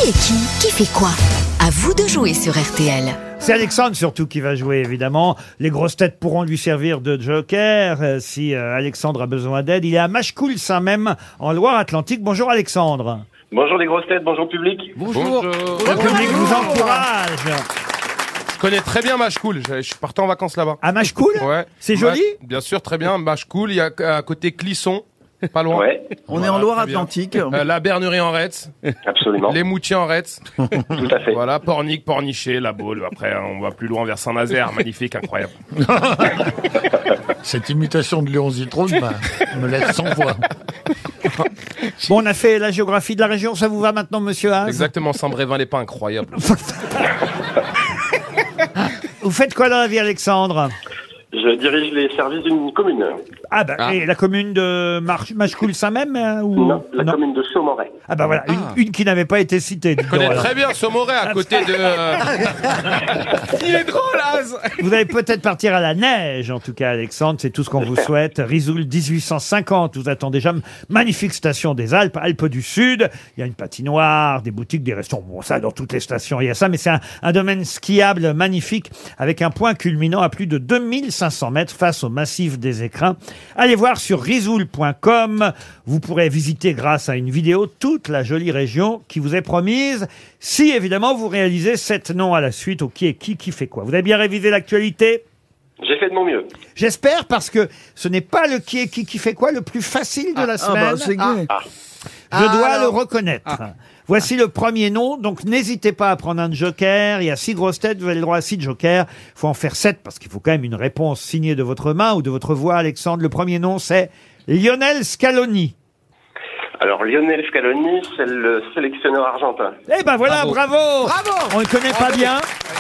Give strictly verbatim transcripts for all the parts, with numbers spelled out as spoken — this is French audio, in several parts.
Qui est qui? Qui fait quoi? À vous de jouer sur R T L. C'est Alexandre surtout qui va jouer, évidemment. Les grosses têtes pourront lui servir de joker euh, si euh, Alexandre a besoin d'aide. Il est à Machecoul-Saint-Même, en Loire-Atlantique. Bonjour Alexandre. Bonjour les grosses têtes, bonjour public. Bonjour. Le public vous encourage. Je connais très bien Machecoul. Je je suis parti en vacances là-bas. À Machecoul? Ouais. C'est joli? Ma- Bien sûr, très bien. Machecoul, il y a à côté Clisson, pas loin. Ouais, On Voilà, est en très Loire-Atlantique. Euh, la Bernerie en Retz, absolument. les Moutiers en Retz. Tout à fait. Voilà, Pornic, Pornichet, La Baule. Après, on va plus loin vers Saint-Nazaire. Magnifique, incroyable. Cette imitation de Léon Zitrone bah, me laisse sans voix. Bon, on a fait la géographie de la région. Ça vous va maintenant, monsieur Haas? Exactement, Saint-Brévin-les-Pins, incroyable. Vous faites quoi dans la vie, Alexandre? Je dirige les services d'une commune. Ah bah, Ah. et la commune de Mar- Machecoul-Saint-Même hein, ou... Non, la commune de Saumoret. Ah bah voilà, une, une qui n'avait pas été citée. dites Je connais donc, alors. très bien Saumoret à côté de... euh, Il est drôle, Az. Vous allez peut-être partir à la neige, en tout cas, Alexandre, c'est tout ce qu'on vous souhaite. Risoul dix-huit cent cinquante, vous attend déjà. Magnifique station des Alpes, Alpes du Sud. Il y a une patinoire, des boutiques, des restaurants. Bon, ça, dans toutes les stations, il y a ça, mais c'est un, un domaine skiable magnifique, avec un point culminant à plus de deux mille cinq cents mètres face au massif des Écrins. Allez voir sur risoul point com. Vous pourrez visiter, grâce à une vidéo, toute la jolie région qui vous est promise, si évidemment vous réalisez sept noms à la suite au qui est qui, qui fait quoi. Vous avez bien révisé l'actualité? J'ai fait de mon mieux. J'espère, parce que ce n'est pas le qui est qui qui fait quoi le plus facile de la Ah semaine. bah, c'est gai. Je dois le reconnaître. Voici le premier nom, donc n'hésitez pas à prendre un joker. Il y a six grosses têtes, vous avez le droit à six jokers. Il faut en faire sept, parce qu'il faut quand même une réponse signée de votre main ou de votre voix, Alexandre. Le premier nom, c'est Lionel Scaloni. Alors Lionel Scaloni, c'est le sélectionneur argentin. Eh ben voilà, bravo, Bravo. On ne le connaît pas bien.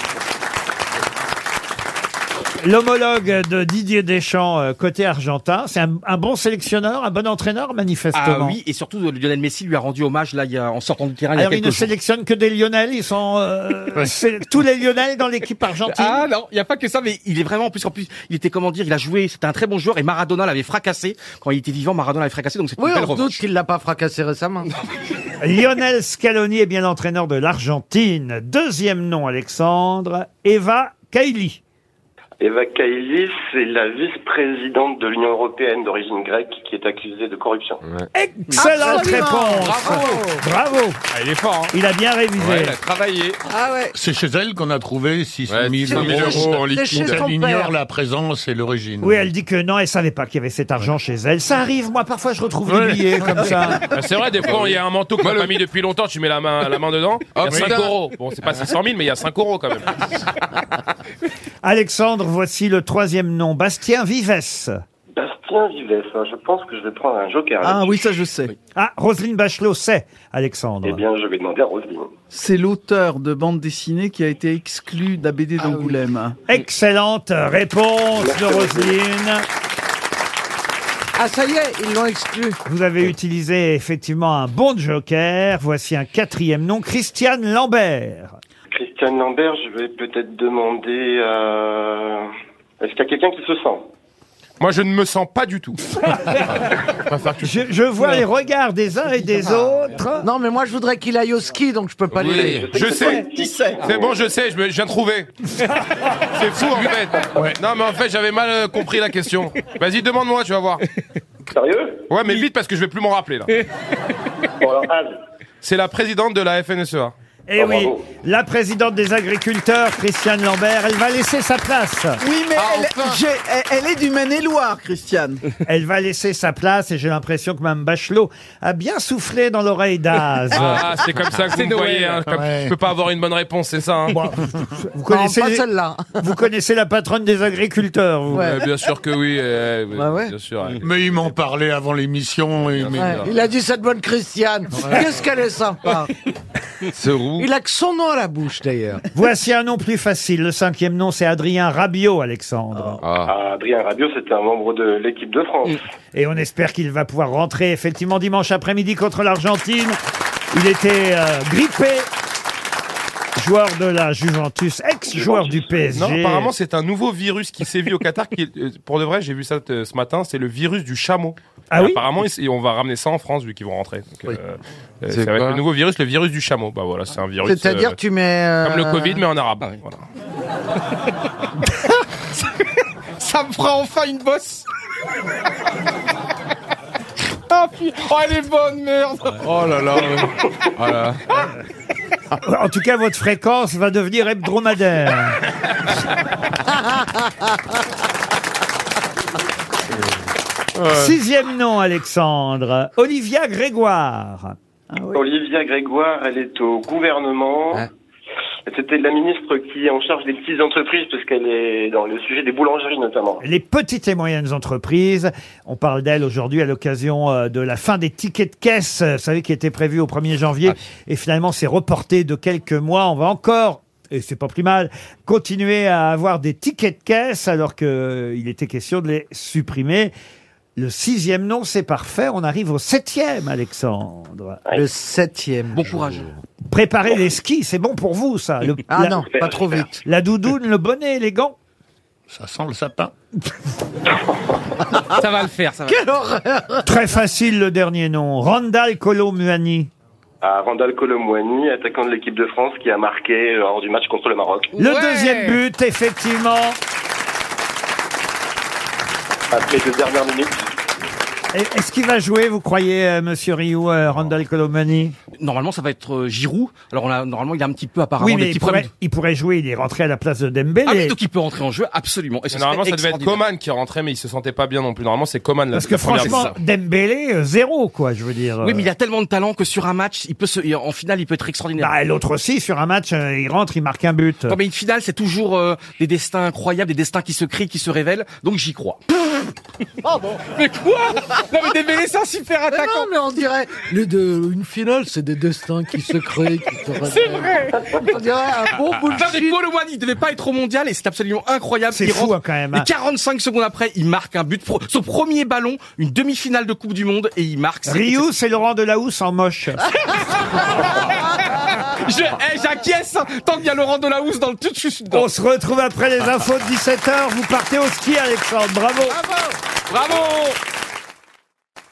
L'homologue de Didier Deschamps, euh, côté argentin. C'est un, un bon sélectionneur, un bon entraîneur, manifestement. Ah oui, et surtout Lionel Messi lui a rendu hommage là il y a, en sortant du terrain Alors, il y il a ne quelques jours. sélectionne que des Lionel, ils sont euh, c'est tous les Lionel dans l'équipe argentine. Ah non, il n'y a pas que ça, mais il est vraiment en plus en plus, il était comment dire, il a joué, c'était un très bon joueur et Maradona l'avait fracassé quand il était vivant. Maradona l'avait fracassé, donc c'est Oui, une belle on se doute revanche. qu'il l'a pas fracassé récemment. Lionel Scaloni est bien l'entraîneur de l'Argentine. Deuxième nom, Alexandre, Eva Kaili. Eva Kaili, c'est la vice-présidente de l'Union européenne d'origine grecque qui est accusée de corruption. Excellente Absolument. réponse. Bravo. Bravo. Ah, il est fort, hein. Il a bien révisé. Ouais, il a travaillé. Ah ouais. C'est chez elle qu'on a trouvé six cent Ouais, mille six cent mille euros en C'est chez liquide. son Elle père. ignore la présence et l'origine. Oui, elle dit que non, elle savait pas qu'il y avait cet argent chez elle. Ça arrive, moi, parfois, je retrouve des billets comme ça. Ah, c'est vrai, des fois, il y a un manteau que t'as pas mis depuis longtemps, tu mets la main, la main dedans, il y a cinq euros. Bon, c'est pas six cent mille, mais il y a cinq euros quand même. Alexandre, voici le troisième nom, Bastien Vives. Bastien Vives, hein, je pense que je vais prendre un joker. Ah là-dessus. oui, ça je sais. Ah, Roselyne Bachelot, c'est Alexandre. Eh bien, je vais demander à Roselyne. C'est l'auteur de bande dessinée qui a été exclu de la B D d'Angoulême. Excellente réponse de Roselyne. Ah, ça y est, ils l'ont exclu. Vous avez utilisé effectivement un bon joker. Voici un quatrième nom, Christiane Lambert. Christiane Lambert, je vais peut-être demander à... Est-ce qu'il y a quelqu'un qui se sent? Moi, je ne me sens pas du tout. Je, je vois les regards des uns et des autres. Non, mais moi, je voudrais qu'il aille au ski, donc je peux pas Oui, l'aider. je sais. Qui sait? C'est bon, je sais, je, me, je viens de trouver. C'est fou en fait. Non, mais en fait, j'avais mal euh, compris la question. Vas-y, demande-moi, tu vas voir. Sérieux? Ouais, mais vite parce que je vais plus m'en rappeler là. Bon, alors, Az. C'est la présidente de la F N S E A. Et Oh, oui, bravo. la présidente des agriculteurs, Christiane Lambert, elle va laisser sa place. Oui, mais Ah, elle, enfin. j'ai- elle- elle est du Maine-et-Loire, Christiane. Elle va laisser sa place et j'ai l'impression que Mme Bachelot a bien soufflé dans l'oreille d'Az. Ah, c'est comme ça que vous me voyez. Hein, comme Ouais. Je peux pas avoir une bonne réponse, c'est ça. Hein. Bon, vous, Non, connaissez pas les- celle-là. vous connaissez la patronne des agriculteurs, vous. Ouais. Euh, bien sûr que oui. euh, oui, Bah ouais. Bien sûr. ouais. Mais il m'en parlait avant l'émission. Et... mais- Ouais, il a dit cette bonne Christiane. Qu'est-ce qu'elle est sympa. Ce roux. Il a que son nom à la bouche, d'ailleurs. Voici un nom plus facile. Le cinquième nom, c'est Adrien Rabiot, Alexandre. Ah. Ah, Adrien Rabiot, c'est un membre de l'équipe de France. Et on espère qu'il va pouvoir rentrer effectivement dimanche après-midi contre l'Argentine. Il était euh, grippé. joueur de la Juventus, ex-joueur du P S G. Non, apparemment, c'est un nouveau virus qui sévit au Qatar. Qui, est- euh, pour de vrai, j'ai vu ça euh, ce matin, c'est le virus du chameau. Ah Et oui apparemment, ils- on va ramener ça en France vu qu'ils vont rentrer. Donc, euh, euh, C'est ça va être quoi le nouveau virus, le virus du chameau. Bah voilà, c'est un virus. C'est-à-dire, euh, tu mets. euh, Comme le Covid, mais en arabe. Voilà. Ça me fera enfin une bosse. Ah, puis... Oh, elle est bonne, merde. Oh là là. ouais. Voilà. En tout cas, votre fréquence va devenir hebdomadaire. Sixième nom, Alexandre. Olivia Grégoire. Olivia Grégoire, elle est au gouvernement. Hein C'était la ministre qui est en charge des petites entreprises, parce qu'elle est dans le sujet des boulangeries notamment. Les petites et moyennes entreprises. On parle d'elle aujourd'hui à l'occasion euh, de la fin des tickets de caisse, euh, vous savez, qui était prévu au premier janvier. Et finalement, c'est reporté de quelques mois. On va encore, et c'est pas plus mal, continuer à avoir des tickets de caisse alors que euh, il était question de les supprimer. Le sixième nom, c'est parfait. On arrive au septième, Alexandre. Le septième. Bon courage. Préparez les skis, c'est bon pour vous, ça. Le- Ah la, non, pas trop vite. la doudoune, le bonnet, les gants. Ça sent le sapin. Ça va le faire, ça va. Quelle horreur. Très facile, le dernier nom. Randall Kolo Muani. À Randall Colomwani, attaquant de l'équipe de France, qui a marqué lors du match contre le Maroc. Le Ouais. deuxième but, effectivement. Après deux dernières minutes. Et- Est-ce qu'il va jouer, vous croyez, euh, Monsieur Rioux, euh, Randall Kolo Muani? Normalement, ça va être euh, Giroud. Alors, on a, normalement, il a un petit peu apparemment Oui, des mais petits il pourrait, problèmes. il pourrait jouer. Il est rentré à la place de Dembélé. Ah oui, donc il peut rentrer en jeu, absolument. Et ce Normalement, serait ça devait être extraordinaire. Coman qui rentrait, mais il se sentait pas bien non plus. Normalement, c'est Coman. Parce que franchement, Dembélé, euh, zéro, quoi, je veux dire. Oui, mais il a tellement de talent que sur un match, il peut se, en finale, il peut être extraordinaire. Bah, l'autre aussi, sur un match, euh, il rentre, il marque un but. Ouais, mais une finale, c'est toujours euh, des destins incroyables, des destins qui se créent, qui se révèlent. Donc j'y crois. Mais quoi? Non, mais Dembélé, c'est un super Mais attaquant. non, mais on dirait. Les deux, une finale, c'est des destins qui se créent, qui se révèlent. C'est vrai. On dirait un bon Non, mais bullshit. Colomani, il devait pas être au mondial et c'est absolument incroyable. C'est Il fou, rentre- hein, quand même, Et hein. quarante-cinq secondes après, il marque un but. Pro- Son premier ballon, une demi-finale de Coupe du Monde et il marque. C'est- Rioux, c'est Laurent Delahousse en moche. Je, eh, j'acquiesce. Tant qu'il y a Laurent Delahousse dans le tout, je suis dedans. On se retrouve après les infos de dix-sept heures. Vous partez au ski, Alexandre. Bravo. Bravo.